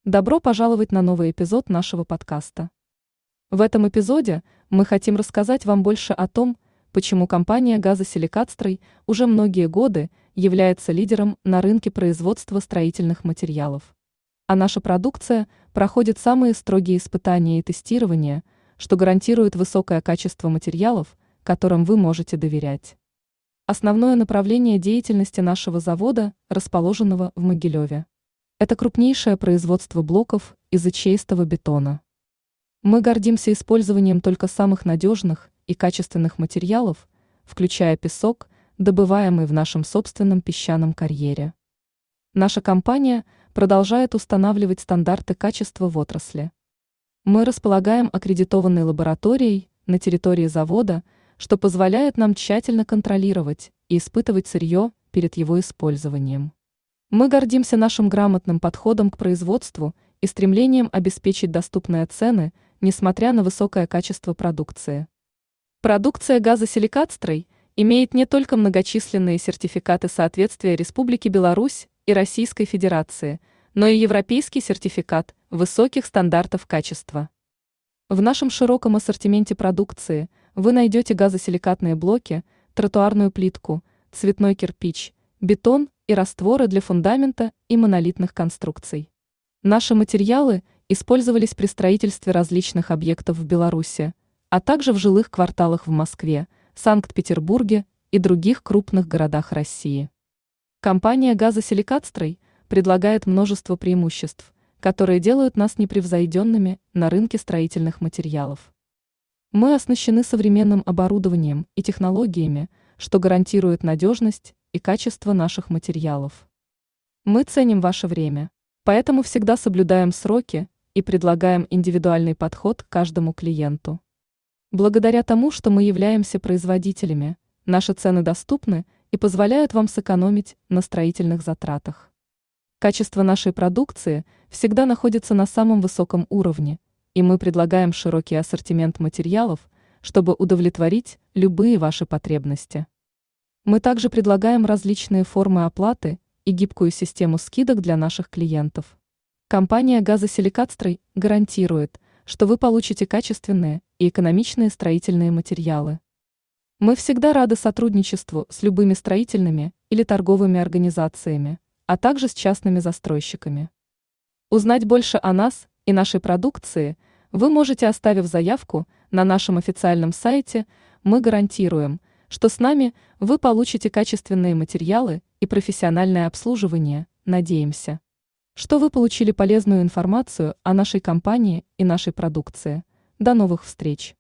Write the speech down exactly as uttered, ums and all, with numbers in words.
Добро пожаловать на новый эпизод нашего подкаста. В этом эпизоде мы хотим рассказать вам больше о том, почему компания «Газосиликатстрой» уже многие годы является лидером на рынке производства строительных материалов. А наша продукция проходит самые строгие испытания и тестирования, что гарантирует высокое качество материалов, которым вы можете доверять. Основное направление деятельности нашего завода, расположенного в Могилеве. Это крупнейшее производство блоков из ячеистого бетона. Мы гордимся использованием только самых надежных и качественных материалов, включая песок, добываемый в нашем собственном песчаном карьере. Наша компания продолжает устанавливать стандарты качества в отрасли. Мы располагаем аккредитованной лабораторией на территории завода, что позволяет нам тщательно контролировать и испытывать сырье перед его использованием. Мы гордимся нашим грамотным подходом к производству и стремлением обеспечить доступные цены, несмотря на высокое качество продукции. Продукция «Газосиликатстрой» имеет не только многочисленные сертификаты соответствия Республики Беларусь и Российской Федерации, но и европейский сертификат высоких стандартов качества. В нашем широком ассортименте продукции вы найдете газосиликатные блоки, тротуарную плитку, цветной кирпич, бетон и растворы для фундамента и монолитных конструкций. Наши материалы использовались при строительстве различных объектов в Беларуси, а также в жилых кварталах в Москве, Санкт-Петербурге и других крупных городах России. Компания «Газосиликатстрой» предлагает множество преимуществ, которые делают нас непревзойденными на рынке строительных материалов. Мы оснащены современным оборудованием и технологиями, что гарантирует надежность и качество наших материалов. Мы ценим ваше время, поэтому всегда соблюдаем сроки и предлагаем индивидуальный подход к каждому клиенту. Благодаря тому, что мы являемся производителями, наши цены доступны и позволяют вам сэкономить на строительных затратах. Качество нашей продукции всегда находится на самом высоком уровне, и мы предлагаем широкий ассортимент материалов, чтобы удовлетворить любые ваши потребности. Мы также предлагаем различные формы оплаты и гибкую систему скидок для наших клиентов. Компания «Газосиликатстрой» гарантирует, что вы получите качественные и экономичные строительные материалы. Мы всегда рады сотрудничеству с любыми строительными или торговыми организациями, а также с частными застройщиками. Узнать больше о нас и нашей продукции вы можете, оставив заявку на нашем официальном сайте. Мы гарантируем, что с нами вы получите качественные материалы и профессиональное обслуживание. Надеемся, что вы получили полезную информацию о нашей компании и нашей продукции. До новых встреч!